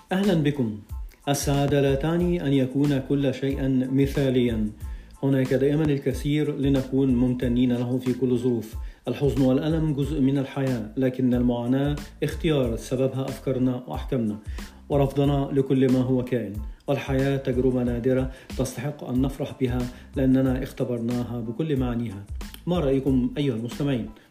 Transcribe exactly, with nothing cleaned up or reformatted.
أهلا بكم. السعادة لا تعني أن يكون كل شيء مثاليا. هناك دائما الكثير لنكون ممتنين له في كل ظروف. الحزن والألم جزء من الحياة، لكن المعاناة اختيار سببها أفكارنا وأحكامنا ورفضنا لكل ما هو كائن. والحياة تجربة نادرة تستحق أن نفرح بها لأننا اختبرناها بكل معانيها. ما رأيكم أيها المستمعين؟